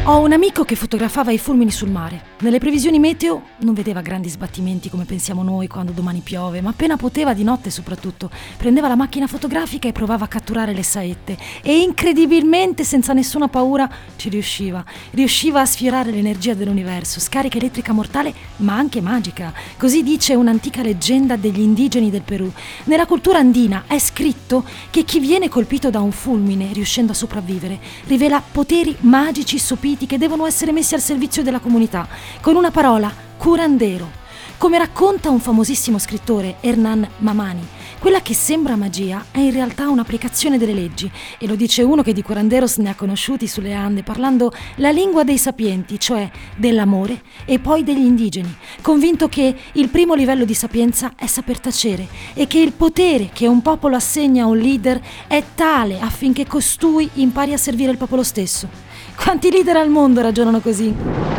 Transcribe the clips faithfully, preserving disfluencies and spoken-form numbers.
Ho un amico che fotografava i fulmini sul mare. Nelle previsioni meteo non vedeva grandi sbattimenti come pensiamo noi quando domani piove, ma appena poteva, di notte soprattutto, prendeva la macchina fotografica e provava a catturare le saette. E incredibilmente, senza nessuna paura, ci riusciva. Riusciva a sfiorare l'energia dell'universo, scarica elettrica mortale, ma anche magica. Così dice un'antica leggenda degli indigeni del Perù. Nella cultura andina è scritto che chi viene colpito da un fulmine, riuscendo a sopravvivere, rivela poteri magici sopiti che devono essere messi al servizio della comunità, con una parola: curandero. Come racconta un famosissimo scrittore, Hernán Mamani, quella che sembra magia è in realtà un'applicazione delle leggi, e lo dice uno che di curanderos ne ha conosciuti sulle Ande, parlando la lingua dei sapienti, cioè dell'amore e poi degli indigeni, convinto che il primo livello di sapienza è saper tacere e che il potere che un popolo assegna a un leader è tale affinché costui impari a servire il popolo stesso. Quanti leader al mondo ragionano così?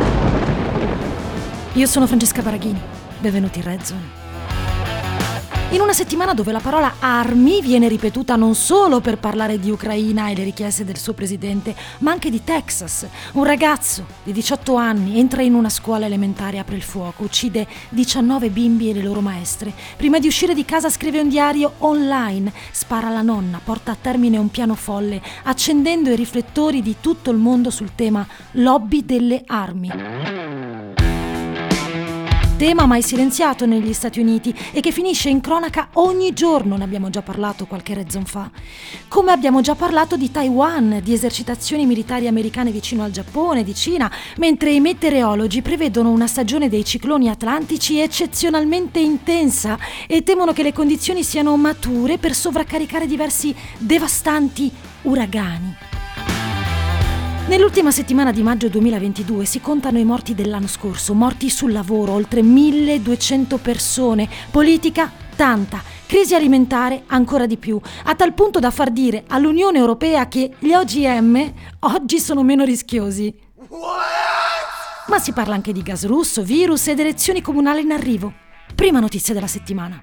Io sono Francesca Baraghini, benvenuti in Red Zone. In una settimana dove la parola armi viene ripetuta non solo per parlare di Ucraina e le richieste del suo presidente, ma anche di Texas. Un ragazzo di diciotto anni entra in una scuola elementare, apre il fuoco, uccide diciannove bimbi e le loro maestre. Prima di uscire di casa scrive un diario online, spara alla nonna, porta a termine un piano folle, accendendo i riflettori di tutto il mondo sul tema lobby delle armi. Tema mai silenziato negli Stati Uniti e che finisce in cronaca ogni giorno, ne abbiamo già parlato qualche rezzon fa. Come abbiamo già parlato di Taiwan, di esercitazioni militari americane vicino al Giappone, di Cina, mentre i meteorologi prevedono una stagione dei cicloni atlantici eccezionalmente intensa e temono che le condizioni siano mature per sovraccaricare diversi devastanti uragani. Nell'ultima settimana di maggio duemilaventidue si contano i morti dell'anno scorso, morti sul lavoro, oltre milleduecento persone, politica tanta, crisi alimentare ancora di più, a tal punto da far dire all'Unione Europea che gli O G M oggi sono meno rischiosi. What? Ma si parla anche di gas russo, virus ed elezioni comunali in arrivo. Prima notizia della settimana.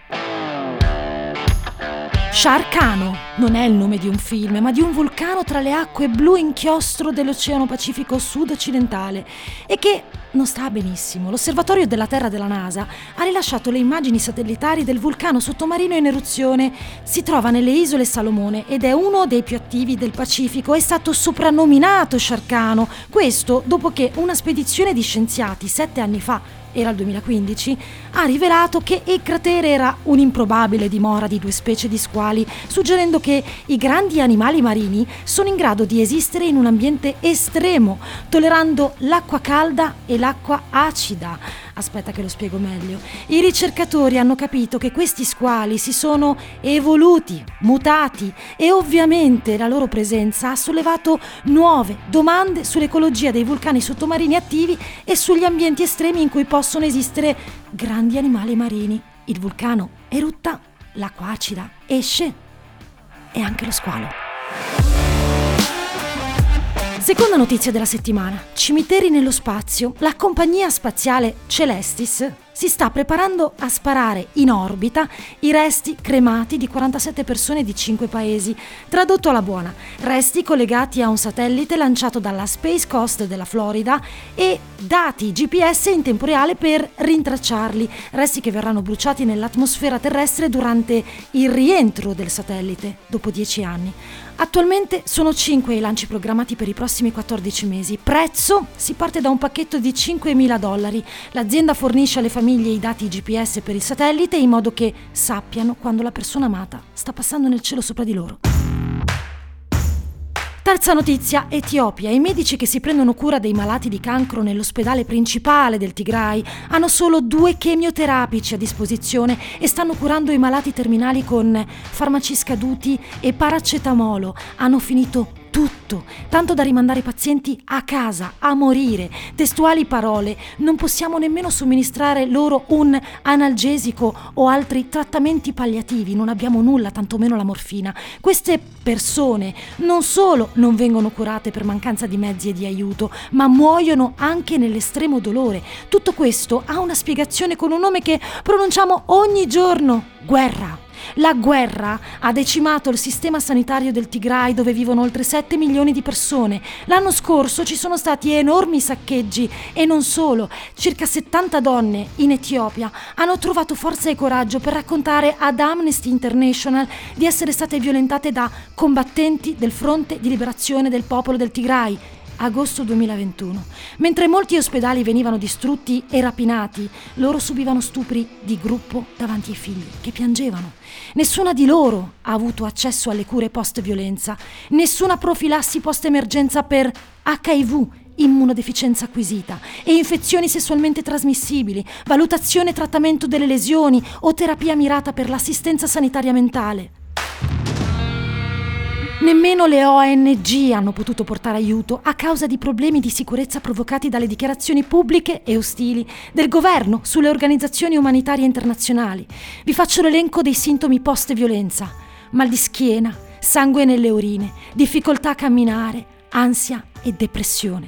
Sharkano non è il nome di un film, ma di un vulcano tra le acque blu inchiostro dell'Oceano Pacifico sud-occidentale e che non sta benissimo. L'osservatorio della Terra della NASA ha rilasciato le immagini satellitari del vulcano sottomarino in eruzione. Si trova nelle isole Salomone ed è uno dei più attivi del Pacifico. È stato soprannominato Sharkano, questo dopo che una spedizione di scienziati sette anni fa, era il duemilaquindici, ha rivelato che il cratere era un'improbabile dimora di due specie di squali, suggerendo che i grandi animali marini sono in grado di esistere in un ambiente estremo, tollerando l'acqua calda e l'acqua acida. Aspetta che lo spiego meglio. I ricercatori hanno capito che questi squali si sono evoluti, mutati, e ovviamente la loro presenza ha sollevato nuove domande sull'ecologia dei vulcani sottomarini attivi e sugli ambienti estremi in cui possono esistere grandi animali marini. Il vulcano erutta, l'acqua acida esce e anche lo squalo. Seconda notizia della settimana. Cimiteri nello spazio. La compagnia spaziale Celestis si sta preparando a sparare in orbita i resti cremati di quarantasette persone di cinque paesi. Tradotto alla buona, resti collegati a un satellite lanciato dalla Space Coast della Florida e dati G P S in tempo reale per rintracciarli. Resti che verranno bruciati nell'atmosfera terrestre durante il rientro del satellite dopo dieci anni. Attualmente sono cinque i lanci programmati per i prossimi quattordici mesi. Prezzo? Si parte da un pacchetto di cinquemila dollari. L'azienda fornisce alle famiglie i dati G P S per il satellite in modo che sappiano quando la persona amata sta passando nel cielo sopra di loro. Terza notizia, Etiopia. I medici che si prendono cura dei malati di cancro nell'ospedale principale del Tigray hanno solo due chemioterapici a disposizione e stanno curando i malati terminali con farmaci scaduti e paracetamolo. Hanno finito tutto, tanto da rimandare i pazienti a casa, a morire. Testuali parole: non possiamo nemmeno somministrare loro un analgesico o altri trattamenti palliativi, non abbiamo nulla, tantomeno la morfina. Queste persone non solo non vengono curate per mancanza di mezzi e di aiuto, ma muoiono anche nell'estremo dolore. Tutto questo ha una spiegazione con un nome che pronunciamo ogni giorno: guerra. La guerra ha decimato il sistema sanitario del Tigray, dove vivono oltre sette milioni di persone. L'anno scorso ci sono stati enormi saccheggi e non solo. Circa settanta donne in Etiopia hanno trovato forza e coraggio per raccontare ad Amnesty International di essere state violentate da combattenti del Fronte di Liberazione del Popolo del Tigray. Agosto duemilaventuno. Mentre molti ospedali venivano distrutti e rapinati, loro subivano stupri di gruppo davanti ai figli, che piangevano. Nessuna di loro ha avuto accesso alle cure post-violenza, nessuna profilassi post-emergenza per acca i vu, immunodeficienza acquisita, e infezioni sessualmente trasmissibili, valutazione e trattamento delle lesioni o terapia mirata per l'assistenza sanitaria mentale. Nemmeno le O N G hanno potuto portare aiuto a causa di problemi di sicurezza provocati dalle dichiarazioni pubbliche e ostili del governo sulle organizzazioni umanitarie internazionali. Vi faccio l'elenco dei sintomi post-violenza: mal di schiena, sangue nelle urine, difficoltà a camminare, ansia e depressione.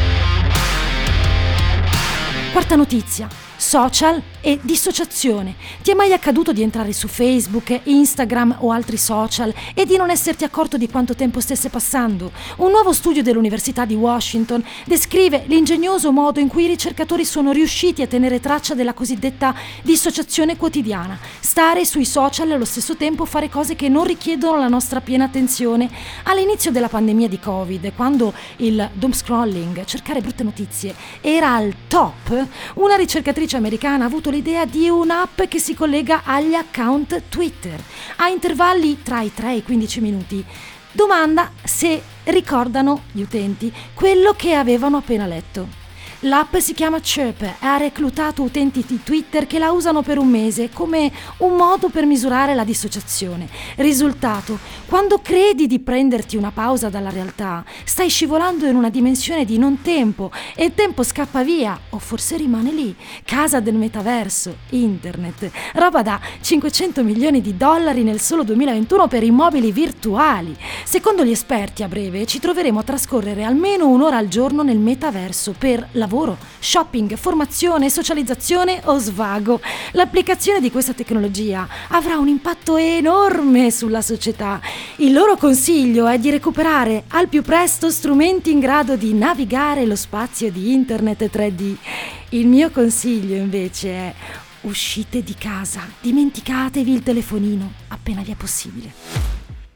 Quarta notizia: social e dissociazione. Ti è mai accaduto di entrare su Facebook, Instagram o altri social e di non esserti accorto di quanto tempo stesse passando? Un nuovo studio dell'Università di Washington descrive l'ingegnoso modo in cui i ricercatori sono riusciti a tenere traccia della cosiddetta dissociazione quotidiana: stare sui social e allo stesso tempo fare cose che non richiedono la nostra piena attenzione. All'inizio della pandemia di Covid, quando il doom scrolling, cercare brutte notizie, era al top, una ricercatrice americana ha avuto l'idea di un'app che si collega agli account Twitter a intervalli tra i tre e i quindici minuti. Domanda se ricordano gli utenti quello che avevano appena letto. L'app si chiama Chirp e ha reclutato utenti di Twitter che la usano per un mese come un modo per misurare la dissociazione. Risultato: quando credi di prenderti una pausa dalla realtà, stai scivolando in una dimensione di non tempo e il tempo scappa via, o forse rimane lì. Casa del metaverso, internet, roba da cinquecento milioni di dollari nel solo duemilaventuno per immobili virtuali. Secondo gli esperti, a breve ci troveremo a trascorrere almeno un'ora al giorno nel metaverso per lavoro, shopping, formazione, socializzazione o svago. L'applicazione di questa tecnologia avrà un impatto enorme sulla società. Il loro consiglio è di recuperare al più presto strumenti in grado di navigare lo spazio di internet tre D. Il mio consiglio invece è: uscite di casa, dimenticatevi il telefonino appena vi è possibile.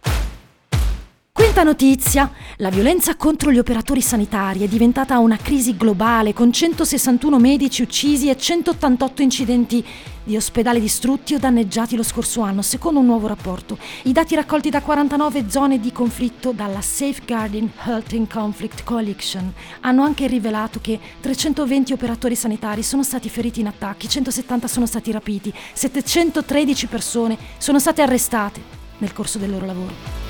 Quinta notizia: la violenza contro gli operatori sanitari è diventata una crisi globale, con centosessantuno medici uccisi e centottantotto incidenti di ospedali distrutti o danneggiati lo scorso anno, secondo un nuovo rapporto. I dati raccolti da quarantanove zone di conflitto dalla Safeguarding Health in Conflict Coalition hanno anche rivelato che trecentoventi operatori sanitari sono stati feriti in attacchi, centosettanta sono stati rapiti, settecentotredici persone sono state arrestate nel corso del loro lavoro.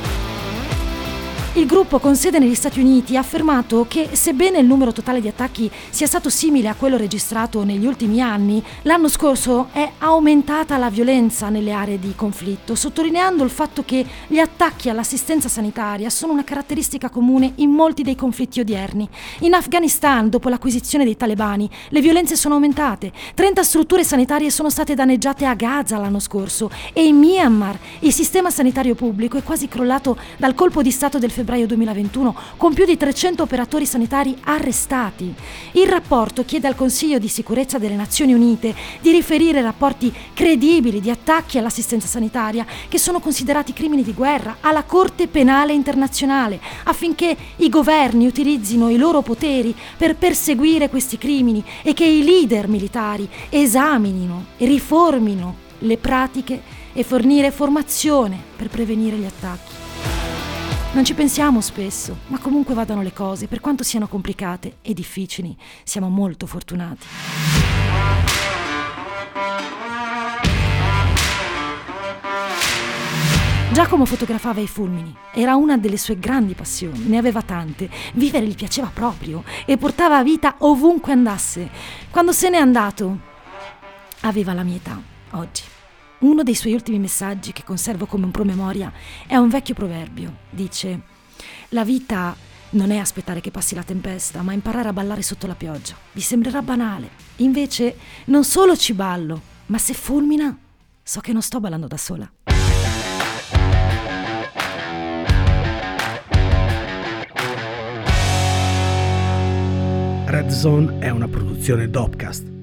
Il gruppo, con sede negli Stati Uniti, ha affermato che, sebbene il numero totale di attacchi sia stato simile a quello registrato negli ultimi anni, l'anno scorso è aumentata la violenza nelle aree di conflitto, sottolineando il fatto che gli attacchi all'assistenza sanitaria sono una caratteristica comune in molti dei conflitti odierni. In Afghanistan, dopo l'acquisizione dei talebani, le violenze sono aumentate. trenta strutture sanitarie sono state danneggiate a Gaza l'anno scorso e in Myanmar il sistema sanitario pubblico è quasi crollato dal colpo di stato del febbraio duemilaventuno, con più di trecento operatori sanitari arrestati. Il rapporto chiede al Consiglio di sicurezza delle Nazioni Unite di riferire rapporti credibili di attacchi all'assistenza sanitaria, che sono considerati crimini di guerra, alla Corte Penale Internazionale, affinché i governi utilizzino i loro poteri per perseguire questi crimini e che i leader militari esaminino e riformino le pratiche e fornire formazione per prevenire gli attacchi. Non ci pensiamo spesso, ma comunque vadano le cose, per quanto siano complicate e difficili, siamo molto fortunati. Giacomo fotografava i fulmini, era una delle sue grandi passioni, ne aveva tante, vivere gli piaceva proprio e portava vita ovunque andasse. Quando se n'è andato, aveva la mia età, oggi. Uno dei suoi ultimi messaggi, che conservo come un promemoria, è un vecchio proverbio. Dice: la vita non è aspettare che passi la tempesta, ma imparare a ballare sotto la pioggia. Vi sembrerà banale, invece non solo ci ballo, ma se fulmina, so che non sto ballando da sola. Red Zone è una produzione Dopcast.